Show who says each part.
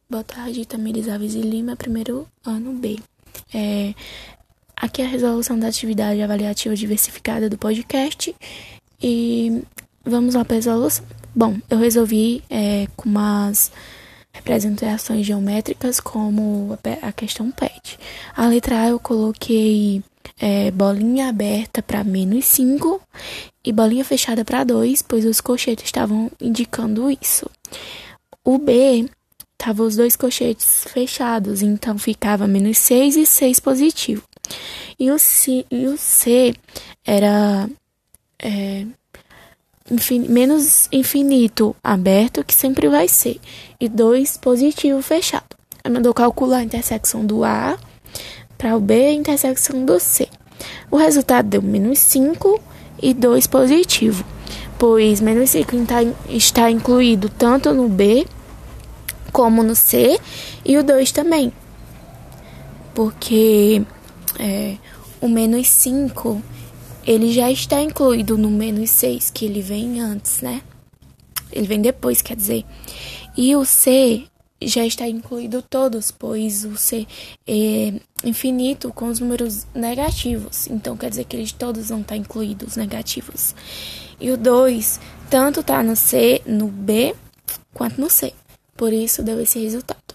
Speaker 1: Boa tarde, Tamires Alves e Lima, primeiro ano B. Aqui é a resolução da atividade avaliativa diversificada do podcast e vamos lá para a resolução. Bom, eu resolvi com umas representações geométricas como a questão pede. A letra A eu coloquei bolinha aberta para -5 e bolinha fechada para 2, pois os colchetes estavam indicando isso. O B tava os dois colchetes fechados, então ficava -6 e 6 positivo. E o C era menos infinito aberto, que sempre vai ser, e 2 positivo fechado. Aí mandou calcular a intersecção do A para o B e a intersecção do C. O resultado deu -5 e 2 positivo, pois -5 está incluído tanto no B como no C, e o 2 também, porque o -5 ele já está incluído no -6, que ele vem antes, né? Ele vem depois, quer dizer. E o C já está incluído todos, pois o C é infinito com os números negativos, então quer dizer que eles todos vão estar incluídos negativos. E o 2 tanto está no C, no B, quanto no C. Por isso deu esse resultado.